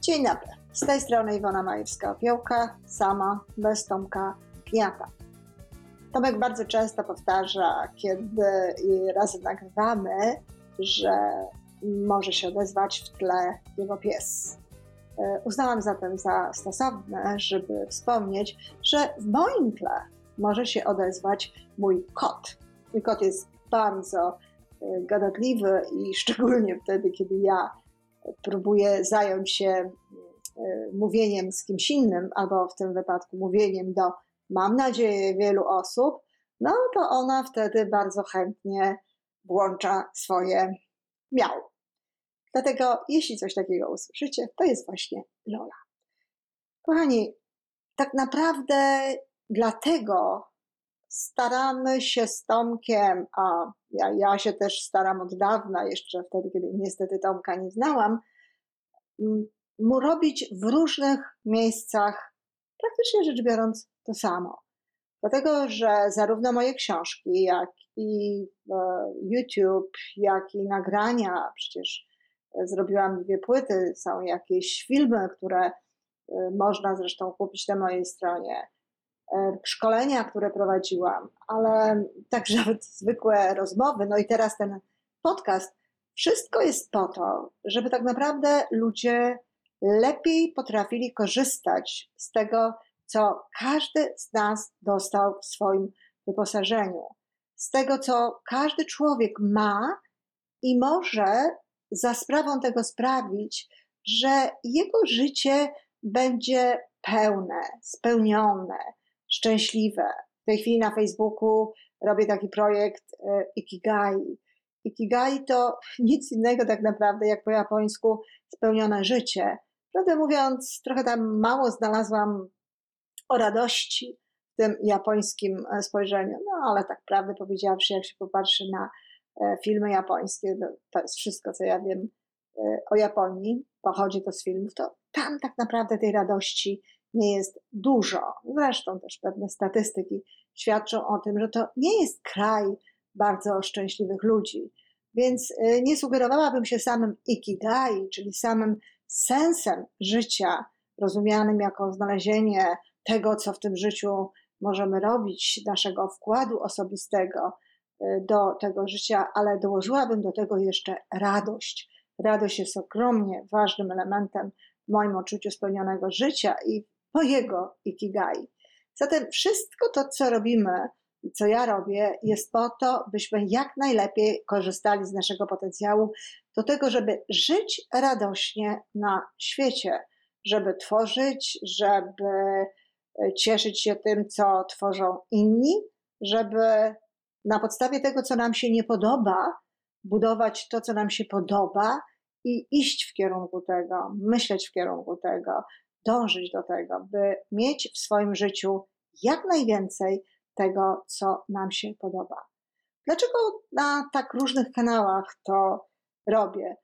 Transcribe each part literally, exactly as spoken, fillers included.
Dzień dobry, z tej strony Iwona Majewska-Opiełka, sama, bez Tomka Kniata. Tomek bardzo często powtarza, kiedy razem nagrywamy, że może się odezwać w tle jego pies. Uznałam zatem za stosowne, żeby wspomnieć, że w moim tle może się odezwać mój kot. Mój kot jest bardzo gadatliwy i szczególnie wtedy, kiedy ja próbuję zająć się mówieniem z kimś innym, albo w tym wypadku mówieniem do, mam nadzieję, wielu osób, no to ona wtedy bardzo chętnie włącza swoje miał. Dlatego, jeśli coś takiego usłyszycie, to jest właśnie Lola. Kochani, tak naprawdę dlatego staramy się z Tomkiem, a ja, ja się też staram od dawna, jeszcze wtedy, kiedy niestety Tomka nie znałam, mu robić w różnych miejscach, praktycznie rzecz biorąc, to samo. Dlatego, że zarówno moje książki, jak i YouTube, jak i nagrania, przecież zrobiłam dwie płyty, są jakieś filmy, które można zresztą kupić na mojej stronie, szkolenia, które prowadziłam, ale także nawet zwykłe rozmowy, no i teraz ten podcast, wszystko jest po to, żeby tak naprawdę ludzie lepiej potrafili korzystać z tego, co każdy z nas dostał w swoim wyposażeniu, z tego, co każdy człowiek ma i może za sprawą tego sprawić, że jego życie będzie pełne, spełnione, szczęśliwe. W tej chwili na Facebooku robię taki projekt Ikigai. Ikigai to nic innego tak naprawdę jak po japońsku spełnione życie. Prawdę mówiąc, trochę tam mało znalazłam o radości w tym japońskim spojrzeniu, no ale tak prawdę powiedziawszy, jak się popatrzy na filmy japońskie, to jest wszystko, co ja wiem o Japonii, pochodzi to z filmów, to tam tak naprawdę tej radości nie jest dużo. Zresztą też pewne statystyki świadczą o tym, że to nie jest kraj bardzo szczęśliwych ludzi. Więc nie sugerowałabym się samym Ikigai, czyli samym sensem życia, rozumianym jako znalezienie tego, co w tym życiu możemy robić, naszego wkładu osobistego do tego życia, ale dołożyłabym do tego jeszcze radość. Radość jest ogromnie ważnym elementem w moim odczuciu spełnionego życia i mojego Ikigai. Zatem wszystko to, co robimy, co ja robię, jest po to, byśmy jak najlepiej korzystali z naszego potencjału do tego, żeby żyć radośnie na świecie, żeby tworzyć, żeby cieszyć się tym, co tworzą inni, żeby na podstawie tego, co nam się nie podoba, budować to, co nam się podoba i iść w kierunku tego, myśleć w kierunku tego, dążyć do tego, by mieć w swoim życiu jak najwięcej tego, co nam się podoba. Dlaczego na tak różnych kanałach to robię?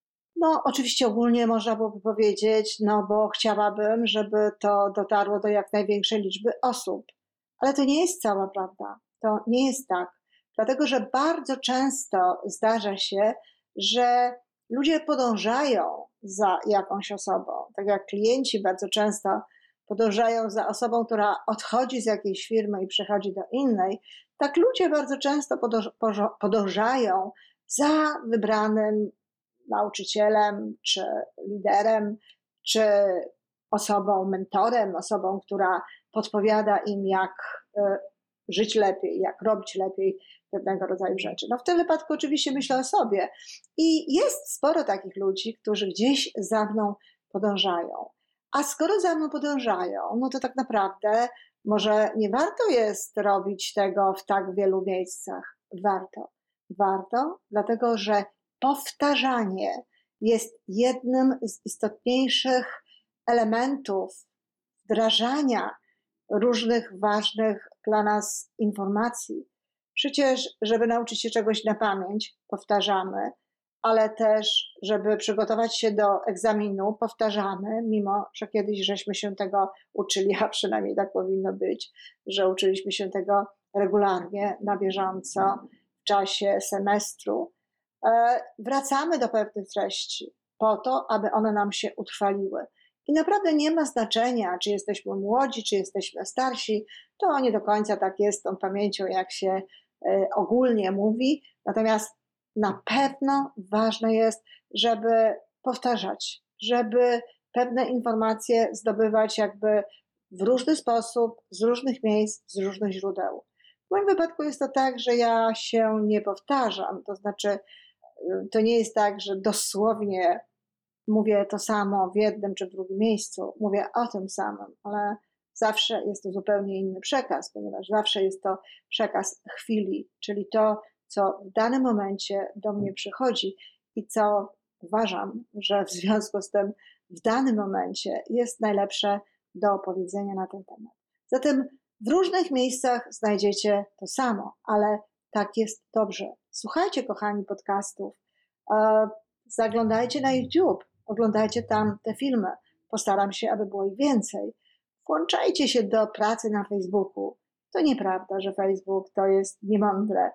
No, oczywiście ogólnie można byłoby powiedzieć, no bo chciałabym, żeby to dotarło do jak największej liczby osób. Ale to nie jest cała prawda. To nie jest tak. Dlatego, że bardzo często zdarza się, że ludzie podążają za jakąś osobą. Tak jak klienci bardzo często podążają za osobą, która odchodzi z jakiejś firmy i przechodzi do innej, tak ludzie bardzo często podążają za wybranym nauczycielem, czy liderem, czy osobą, mentorem, osobą, która podpowiada im, jak żyć lepiej, jak robić lepiej pewnego rodzaju rzeczy. No w tym wypadku oczywiście myślę o sobie i jest sporo takich ludzi, którzy gdzieś za mną podążają. A skoro za mną podążają, no to tak naprawdę może nie warto jest robić tego w tak wielu miejscach. Warto. Warto, dlatego że powtarzanie jest jednym z istotniejszych elementów wdrażania różnych ważnych dla nas informacji. Przecież, żeby nauczyć się czegoś na pamięć, powtarzamy, ale też, żeby przygotować się do egzaminu, powtarzamy, mimo że kiedyś żeśmy się tego uczyli, a przynajmniej tak powinno być, że uczyliśmy się tego regularnie, na bieżąco, w czasie semestru. Wracamy do pewnych treści. po to, aby one nam się utrwaliły. I naprawdę nie ma znaczenia, czy jesteśmy młodzi, czy jesteśmy starsi. To nie do końca tak jest z tą pamięcią, jak się ogólnie mówi. Natomiast na pewno ważne jest, żeby powtarzać, żeby pewne informacje zdobywać jakby w różny sposób, z różnych miejsc, z różnych źródeł. W moim wypadku jest to tak, że ja się nie powtarzam, to znaczy to nie jest tak, że dosłownie mówię to samo w jednym czy w drugim miejscu, mówię o tym samym, ale zawsze jest to zupełnie inny przekaz, ponieważ zawsze jest to przekaz chwili, czyli to, co w danym momencie do mnie przychodzi i co uważam, że w związku z tym w danym momencie jest najlepsze do opowiedzenia na ten temat. Zatem w różnych miejscach znajdziecie to samo, ale tak jest dobrze. Słuchajcie, kochani, podcastów, zaglądajcie na YouTube, oglądajcie tam te filmy. Postaram się, aby było ich więcej. Włączajcie się do pracy na Facebooku. To nieprawda, że Facebook to jest niemądre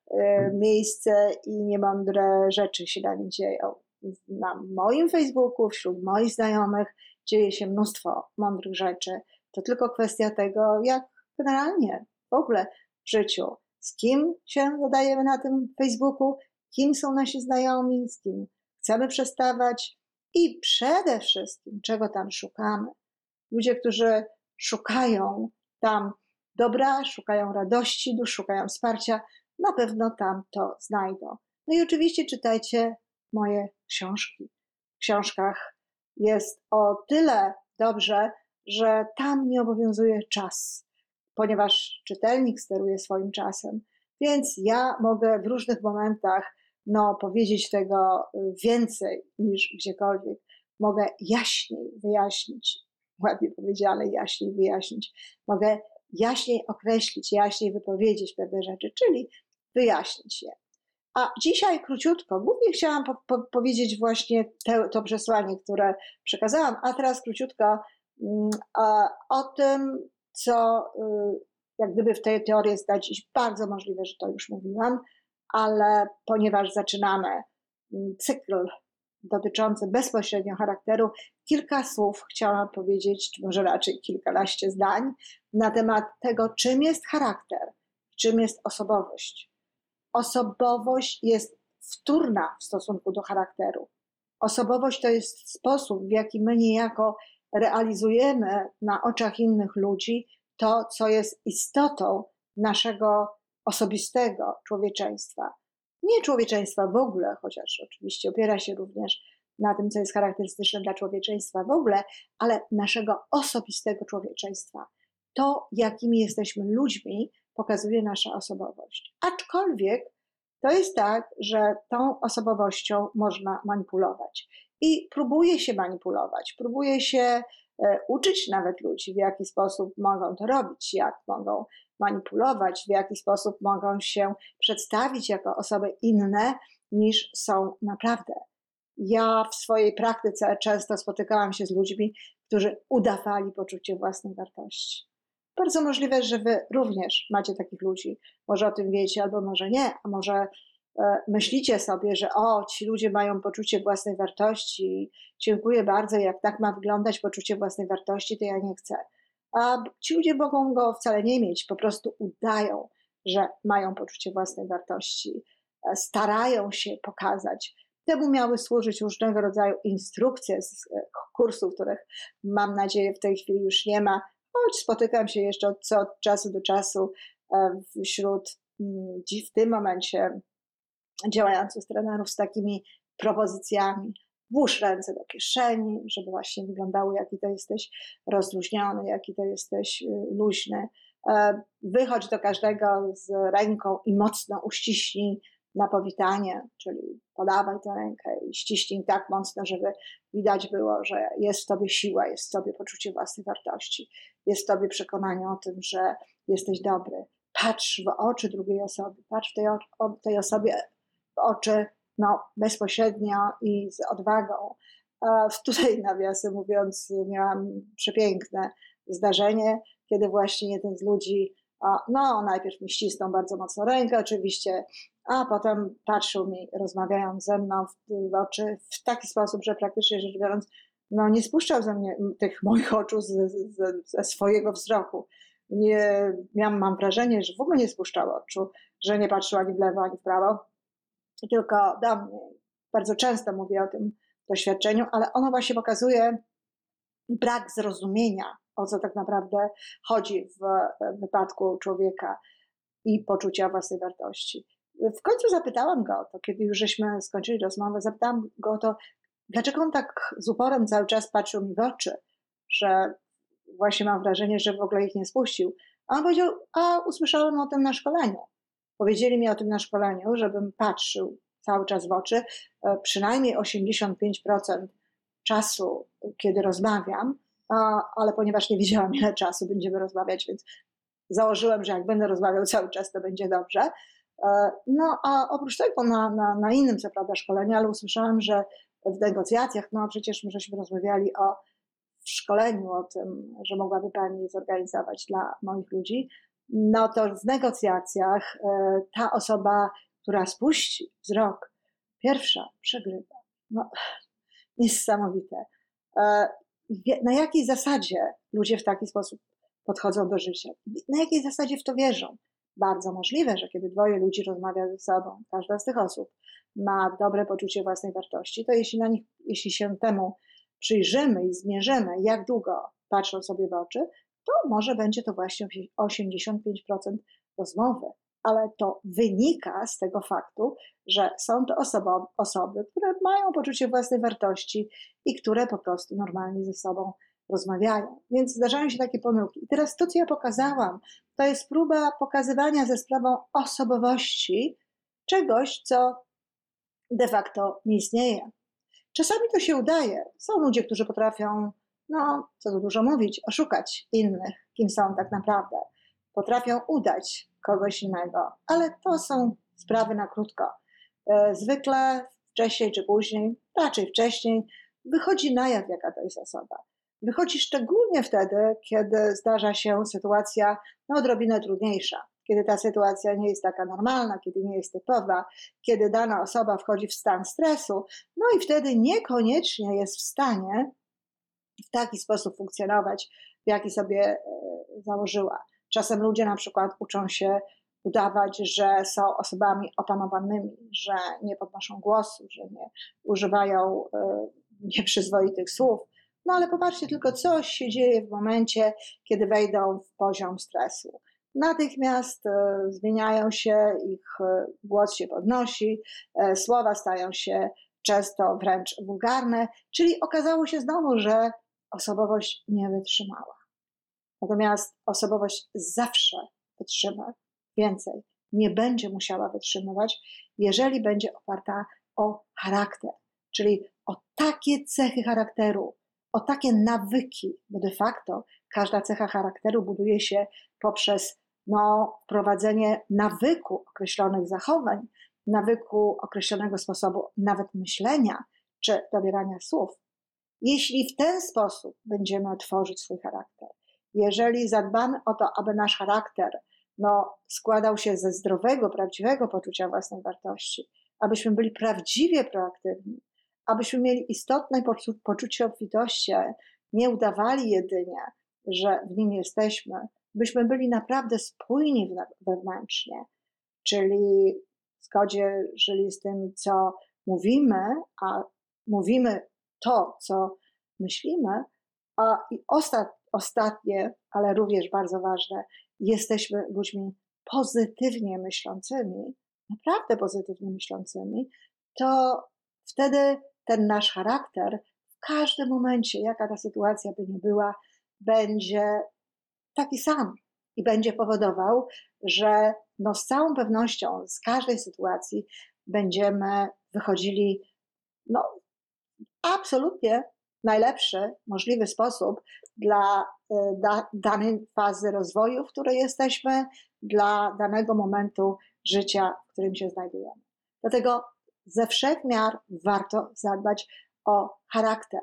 miejsce i niemądre rzeczy się na nim dzieją. Na moim Facebooku, wśród moich znajomych dzieje się mnóstwo mądrych rzeczy. To tylko kwestia tego, jak generalnie w ogóle w życiu, z kim się zadajemy na tym Facebooku, kim są nasi znajomi, z kim chcemy przestawać i przede wszystkim, czego tam szukamy. Ludzie, którzy szukają tam dobra, szukają radości, szukają wsparcia, na pewno tam to znajdą. No i oczywiście czytajcie moje książki. W książkach jest o tyle dobrze, że tam nie obowiązuje czas, ponieważ czytelnik steruje swoim czasem, więc ja mogę w różnych momentach no, powiedzieć tego więcej niż gdziekolwiek. Mogę jaśniej wyjaśnić, ładnie powiedziane, jaśniej wyjaśnić. Mogę jaśniej określić, jaśniej wypowiedzieć pewne rzeczy, czyli wyjaśnić je. A dzisiaj króciutko, głównie chciałam po, po, powiedzieć właśnie te, to przesłanie, które przekazałam, a teraz króciutko um, a, o tym, co y, jak gdyby w tej teorii zdadzić, bardzo możliwe, że to już mówiłam, ale ponieważ zaczynamy cykl dotyczący bezpośrednio charakteru, kilka słów chciałam powiedzieć, czy może raczej kilkanaście zdań na temat tego, czym jest charakter, czym jest osobowość. Osobowość jest wtórna w stosunku do charakteru. Osobowość to jest sposób, w jaki my niejako realizujemy na oczach innych ludzi to, co jest istotą naszego osobistego człowieczeństwa. Nie człowieczeństwa w ogóle, chociaż oczywiście opiera się również na tym, co jest charakterystyczne dla człowieczeństwa w ogóle, ale naszego osobistego człowieczeństwa. To, jakimi jesteśmy ludźmi, pokazuje nasza osobowość. Aczkolwiek to jest tak, że tą osobowością można manipulować. I próbuje się manipulować, próbuje się uczyć nawet ludzi, w jaki sposób mogą to robić, jak mogą manipulować, w jaki sposób mogą się przedstawić jako osoby inne niż są naprawdę. Ja w swojej praktyce często spotykałam się z ludźmi, którzy udawali poczucie własnej wartości. Bardzo możliwe, że wy również macie takich ludzi. Może o tym wiecie, albo może nie, a może e, myślicie sobie, że o, ci ludzie mają poczucie własnej wartości, dziękuję bardzo, jak tak ma wyglądać poczucie własnej wartości, to ja nie chcę. A ci ludzie mogą go wcale nie mieć, po prostu udają, że mają poczucie własnej wartości, e, starają się pokazać. Temu miały służyć różnego rodzaju instrukcje z kursów, których mam nadzieję w tej chwili już nie ma, choć spotykam się jeszcze od, co, od czasu do czasu wśród w tym momencie działających trenerów z takimi propozycjami. Włóż ręce do kieszeni, żeby właśnie wyglądało, jaki to jesteś rozluźniony, jaki to jesteś luźny. Wychodź do każdego z ręką i mocno uściśnij na powitanie, czyli podawaj tę rękę i ściśnij tak mocno, żeby widać było, że jest w tobie siła, jest w tobie poczucie własnej wartości, jest w tobie przekonanie o tym, że jesteś dobry. Patrz w oczy drugiej osoby, patrz w tej, o, tej osobie w oczy no, bezpośrednio i z odwagą. A tutaj, nawiasem mówiąc, miałam przepiękne zdarzenie, kiedy właśnie jeden z ludzi no, najpierw mi ścisnął bardzo mocno rękę, oczywiście a potem patrzył mi, rozmawiając ze mną w oczy w taki sposób, że praktycznie rzecz biorąc, no nie spuszczał ze mnie tych moich oczu ze, ze, ze swojego wzroku. Nie, miałam, mam wrażenie, że w ogóle nie spuszczał oczu, że nie patrzył ani w lewo, ani w prawo, tylko do mnie. Bardzo często mówię o tym doświadczeniu, ale ono właśnie pokazuje brak zrozumienia, o co tak naprawdę chodzi w wypadku człowieka i poczucia własnej wartości. W końcu zapytałam go o to, kiedy już żeśmy skończyli rozmowę, zapytałam go o to, dlaczego on tak z uporem cały czas patrzył mi w oczy, że właśnie mam wrażenie, że w ogóle ich nie spuścił. A on powiedział, a usłyszałem o tym na szkoleniu. Powiedzieli mi o tym na szkoleniu, żebym patrzył cały czas w oczy, przynajmniej osiemdziesiąt pięć procent czasu, kiedy rozmawiam, ale ponieważ nie wiedziałam, ile czasu będziemy rozmawiać, więc założyłem, że jak będę rozmawiał cały czas, to będzie dobrze. No a oprócz tego na, na, na innym, co prawda, szkoleniu, ale usłyszałam, że w negocjacjach, no przecież my żeśmy rozmawiali o w szkoleniu o tym, że mogłaby Pani zorganizować dla moich ludzi, no to w negocjacjach ta osoba, która spuści wzrok, pierwsza przegrywa. No, niesamowite. Na jakiej zasadzie ludzie w taki sposób podchodzą do życia? Na jakiej zasadzie w to wierzą? Bardzo możliwe, że kiedy dwoje ludzi rozmawia ze sobą, każda z tych osób ma dobre poczucie własnej wartości, to jeśli, na nich, jeśli się temu przyjrzymy i zmierzymy, jak długo patrzą sobie w oczy, to może będzie to właśnie osiemdziesiąt pięć procent rozmowy, ale to wynika z tego faktu, że są to osoby, osoby, które mają poczucie własnej wartości i które po prostu normalnie ze sobą rozmawiają. Więc zdarzają się takie pomyłki. I teraz to, co ja pokazałam, to jest próba pokazywania ze sprawą osobowości czegoś, co de facto nie istnieje. Czasami to się udaje. Są ludzie, którzy potrafią, no co tu dużo mówić, oszukać innych, kim są tak naprawdę. Potrafią udać kogoś innego, ale to są sprawy na krótko. Zwykle wcześniej czy później, raczej wcześniej, wychodzi na jaw, jaka to jest osoba. Wychodzi szczególnie wtedy, kiedy zdarza się sytuacja no, odrobinę trudniejsza, kiedy ta sytuacja nie jest taka normalna, kiedy nie jest typowa, kiedy dana osoba wchodzi w stan stresu, no i wtedy niekoniecznie jest w stanie w taki sposób funkcjonować, w jaki sobie założyła. Czasem ludzie na przykład uczą się udawać, że są osobami opanowanymi, że nie podnoszą głosu, że nie używają nieprzyzwoitych słów. No ale popatrzcie tylko, co się dzieje w momencie, kiedy wejdą w poziom stresu. Natychmiast zmieniają się, ich głos się podnosi, słowa stają się często wręcz wulgarne, czyli okazało się znowu, że osobowość nie wytrzymała. Natomiast osobowość zawsze wytrzyma, więcej, nie będzie musiała wytrzymywać, jeżeli będzie oparta o charakter, czyli o takie cechy charakteru, o takie nawyki, bo de facto każda cecha charakteru buduje się poprzez no, wprowadzenie nawyku określonych zachowań, nawyku określonego sposobu nawet myślenia czy dobierania słów. Jeśli w ten sposób będziemy tworzyć swój charakter, jeżeli zadbamy o to, aby nasz charakter no, składał się ze zdrowego, prawdziwego poczucia własnej wartości, abyśmy byli prawdziwie proaktywni, abyśmy mieli istotne poczucie obfitości, nie udawali jedynie, że w nim jesteśmy, byśmy byli naprawdę spójni wewnętrznie, czyli w zgodzie żyli z tym, co mówimy, a mówimy to, co myślimy, a i ostat, ostatnie, ale również bardzo ważne, jesteśmy ludźmi pozytywnie myślącymi, naprawdę pozytywnie myślącymi, to wtedy ten nasz charakter w każdym momencie, jaka ta sytuacja by nie była, będzie taki sam i będzie powodował, że no z całą pewnością z każdej sytuacji będziemy wychodzili no, absolutnie najlepszy możliwy sposób dla da, danej fazy rozwoju, w której jesteśmy, dla danego momentu życia, w którym się znajdujemy. Dlatego ze wszech miar warto zadbać o charakter.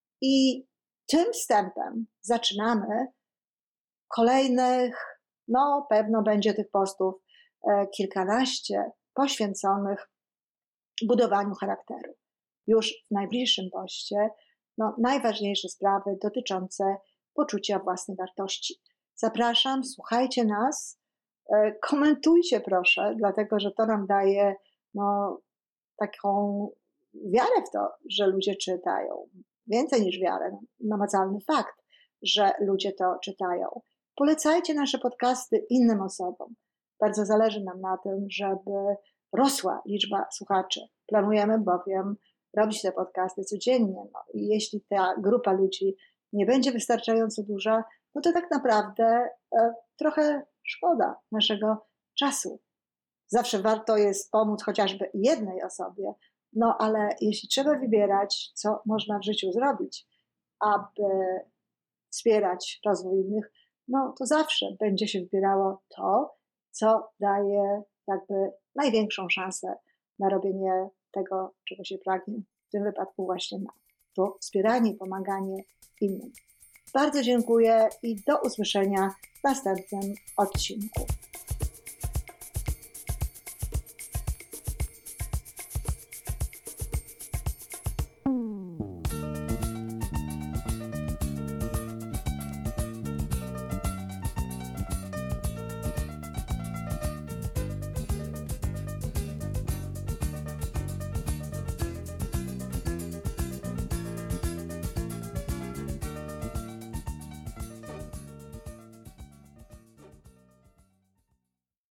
I tym wstępem zaczynamy kolejnych, no pewno będzie tych postów kilkanaście, poświęconych budowaniu charakteru. Już w najbliższym poście no, najważniejsze sprawy dotyczące poczucia własnej wartości. Zapraszam, słuchajcie nas, komentujcie proszę, dlatego że to nam daje no, taką wiarę w to, że ludzie czytają. Więcej niż wiarę, namacalny fakt, że ludzie to czytają. Polecajcie nasze podcasty innym osobom. Bardzo zależy nam na tym, żeby rosła liczba słuchaczy. Planujemy bowiem robić te podcasty codziennie. No i jeśli ta grupa ludzi nie będzie wystarczająco duża, no to tak naprawdę e, trochę szkoda naszego czasu. Zawsze warto jest pomóc chociażby jednej osobie, no ale jeśli trzeba wybierać, co można w życiu zrobić, aby wspierać rozwój innych, no to zawsze będzie się wybierało to, co daje jakby największą szansę na robienie tego, czego się pragnie, w tym wypadku właśnie na to wspieranie i pomaganie innym. Bardzo dziękuję i do usłyszenia w następnym odcinku.